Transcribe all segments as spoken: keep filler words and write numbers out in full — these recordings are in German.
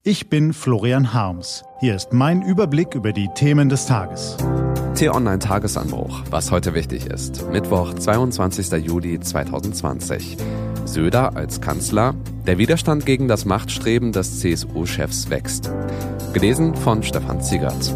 Ich bin Florian Harms. Hier ist mein Überblick über die Themen des Tages. T-Online-Tagesanbruch, was heute wichtig ist. Mittwoch, zweiundzwanzigster Juli zweitausendzwanzig. Söder als Kanzler. Der Widerstand gegen das Machtstreben des C S U-Chefs wächst. Gelesen von Stefan Ziegert.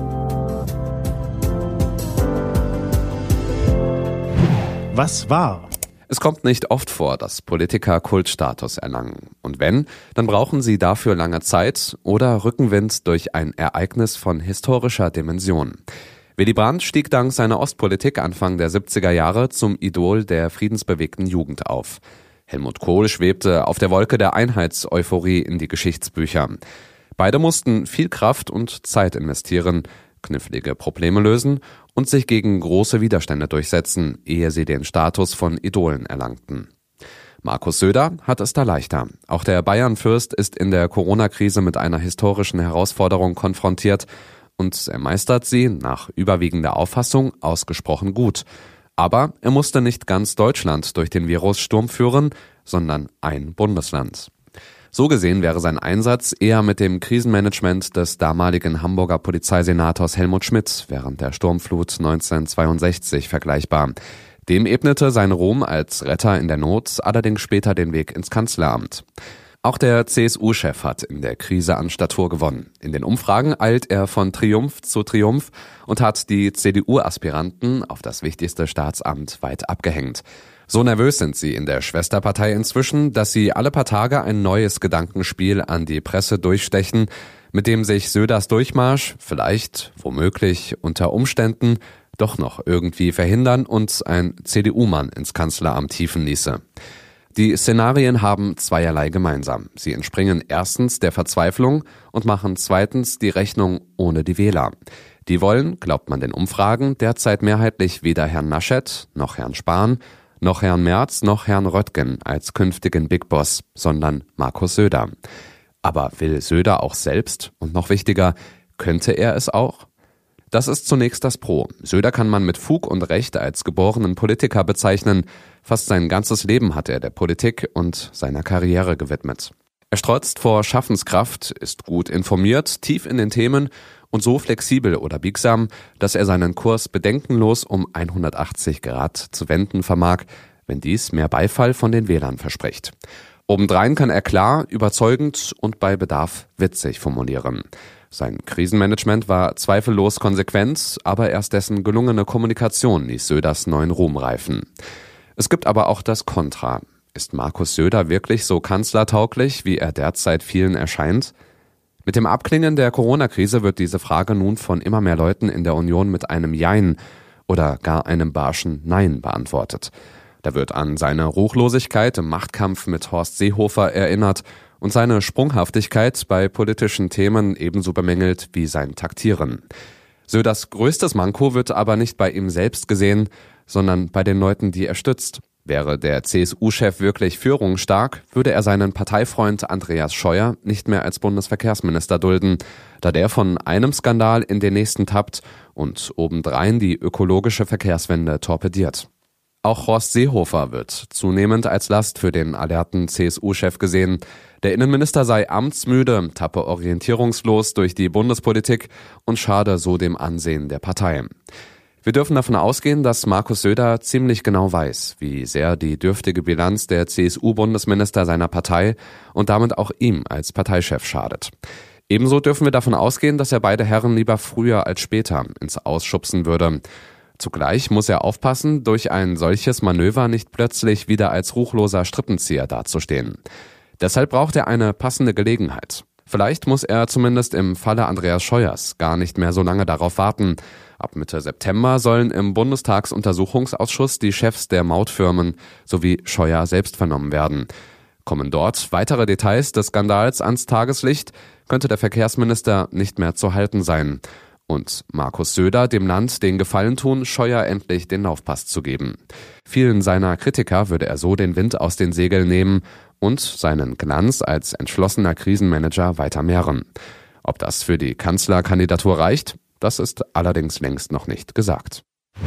Was war? Es kommt nicht oft vor, dass Politiker Kultstatus erlangen. Und wenn, dann brauchen sie dafür lange Zeit oder Rückenwind durch ein Ereignis von historischer Dimension. Willy Brandt stieg dank seiner Ostpolitik Anfang der siebziger Jahre zum Idol der friedensbewegten Jugend auf. Helmut Kohl schwebte auf der Wolke der Einheitseuphorie in die Geschichtsbücher. Beide mussten viel Kraft und Zeit investieren, knifflige Probleme lösen und sich gegen große Widerstände durchsetzen, ehe sie den Status von Idolen erlangten. Markus Söder hat es da leichter. Auch der Bayernfürst ist in der Corona-Krise mit einer historischen Herausforderung konfrontiert und er meistert sie, nach überwiegender Auffassung, ausgesprochen gut. Aber er musste nicht ganz Deutschland durch den Virussturm führen, sondern ein Bundesland. So gesehen wäre sein Einsatz eher mit dem Krisenmanagement des damaligen Hamburger Polizeisenators Helmut Schmidt während der Sturmflut neunzehnhundertzweiundsechzig vergleichbar. Dem ebnete sein Ruhm als Retter in der Not allerdings später den Weg ins Kanzleramt. Auch der C S U-Chef hat in der Krise an Statur gewonnen. In den Umfragen eilt er von Triumph zu Triumph und hat die C D U-Aspiranten auf das wichtigste Staatsamt weit abgehängt. So nervös sind sie in der Schwesterpartei inzwischen, dass sie alle paar Tage ein neues Gedankenspiel an die Presse durchstechen, mit dem sich Söders Durchmarsch vielleicht, womöglich, unter Umständen doch noch irgendwie verhindern und ein C D U-Mann ins Kanzleramt hieven ließe. Die Szenarien haben zweierlei gemeinsam. Sie entspringen erstens der Verzweiflung und machen zweitens die Rechnung ohne die Wähler. Die wollen, glaubt man den Umfragen, derzeit mehrheitlich weder Herrn Laschet noch Herrn Spahn, noch Herrn Merz noch Herrn Röttgen als künftigen Big Boss, sondern Markus Söder. Aber will Söder auch selbst? Und noch wichtiger, könnte er es auch? Das ist zunächst das Pro. Söder kann man mit Fug und Recht als geborenen Politiker bezeichnen. Fast sein ganzes Leben hat er der Politik und seiner Karriere gewidmet. Er strotzt vor Schaffenskraft, ist gut informiert, tief in den Themen und so flexibel oder biegsam, dass er seinen Kurs bedenkenlos um hundertachtzig Grad zu wenden vermag, wenn dies mehr Beifall von den Wählern verspricht. Obendrein kann er klar, überzeugend und bei Bedarf witzig formulieren. Sein Krisenmanagement war zweifellos konsequent, aber erst dessen gelungene Kommunikation ließ Söders neuen Ruhm reifen. Es gibt aber auch das Kontra. Ist Markus Söder wirklich so kanzlertauglich, wie er derzeit vielen erscheint? Mit dem Abklingen der Corona-Krise wird diese Frage nun von immer mehr Leuten in der Union mit einem Jein oder gar einem barschen Nein beantwortet. Da wird an seine Ruchlosigkeit im Machtkampf mit Horst Seehofer erinnert und seine Sprunghaftigkeit bei politischen Themen ebenso bemängelt wie sein Taktieren. Söders größtes Manko wird aber nicht bei ihm selbst gesehen, sondern bei den Leuten, die er stützt. Wäre der C S U-Chef wirklich führungsstark, würde er seinen Parteifreund Andreas Scheuer nicht mehr als Bundesverkehrsminister dulden, da der von einem Skandal in den nächsten tappt und obendrein die ökologische Verkehrswende torpediert. Auch Horst Seehofer wird zunehmend als Last für den alerten C S U-Chef gesehen. Der Innenminister sei amtsmüde, tappe orientierungslos durch die Bundespolitik und schade so dem Ansehen der Partei. Wir dürfen davon ausgehen, dass Markus Söder ziemlich genau weiß, wie sehr die dürftige Bilanz der C S U-Bundesminister seiner Partei und damit auch ihm als Parteichef schadet. Ebenso dürfen wir davon ausgehen, dass er beide Herren lieber früher als später ins Ausschubsen würde. Zugleich muss er aufpassen, durch ein solches Manöver nicht plötzlich wieder als ruchloser Strippenzieher dazustehen. Deshalb braucht er eine passende Gelegenheit. Vielleicht muss er zumindest im Falle Andreas Scheuers gar nicht mehr so lange darauf warten. Ab Mitte September sollen im Bundestagsuntersuchungsausschuss die Chefs der Mautfirmen sowie Scheuer selbst vernommen werden. Kommen dort weitere Details des Skandals ans Tageslicht, könnte der Verkehrsminister nicht mehr zu halten sein. Und Markus Söder dem Land den Gefallen tun, Scheuer endlich den Laufpass zu geben. Vielen seiner Kritiker würde er so den Wind aus den Segeln nehmen und seinen Glanz als entschlossener Krisenmanager weiter mehren. Ob das für die Kanzlerkandidatur reicht, das ist allerdings längst noch nicht gesagt.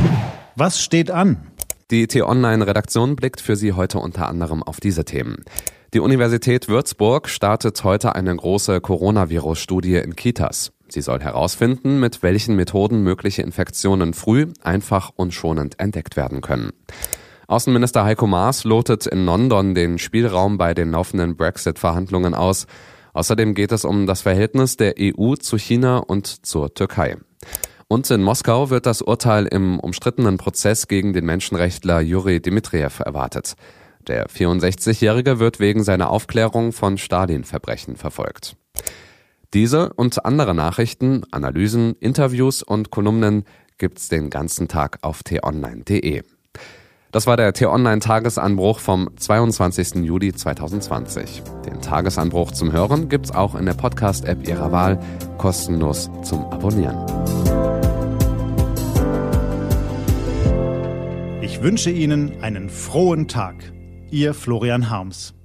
Was steht an? Die T-Online-Redaktion blickt für Sie heute unter anderem auf diese Themen. Die Universität Würzburg startet heute eine große Coronavirus-Studie in Kitas. Sie soll herausfinden, mit welchen Methoden mögliche Infektionen früh, einfach und schonend entdeckt werden können. Außenminister Heiko Maas lotet in London den Spielraum bei den laufenden Brexit-Verhandlungen aus. Außerdem geht es um das Verhältnis der E U zu China und zur Türkei. Und in Moskau wird das Urteil im umstrittenen Prozess gegen den Menschenrechtler Juri Dmitrijew erwartet. Der vierundsechzigjährige wird wegen seiner Aufklärung von Stalin-Verbrechen verfolgt. Diese und andere Nachrichten, Analysen, Interviews und Kolumnen gibt's den ganzen Tag auf t online punkt de. Das war der T-Online-Tagesanbruch vom zweiundzwanzigsten Juli zweitausendzwanzig. Den Tagesanbruch zum Hören gibt's auch in der Podcast-App Ihrer Wahl, kostenlos zum Abonnieren. Ich wünsche Ihnen einen frohen Tag. Ihr Florian Harms.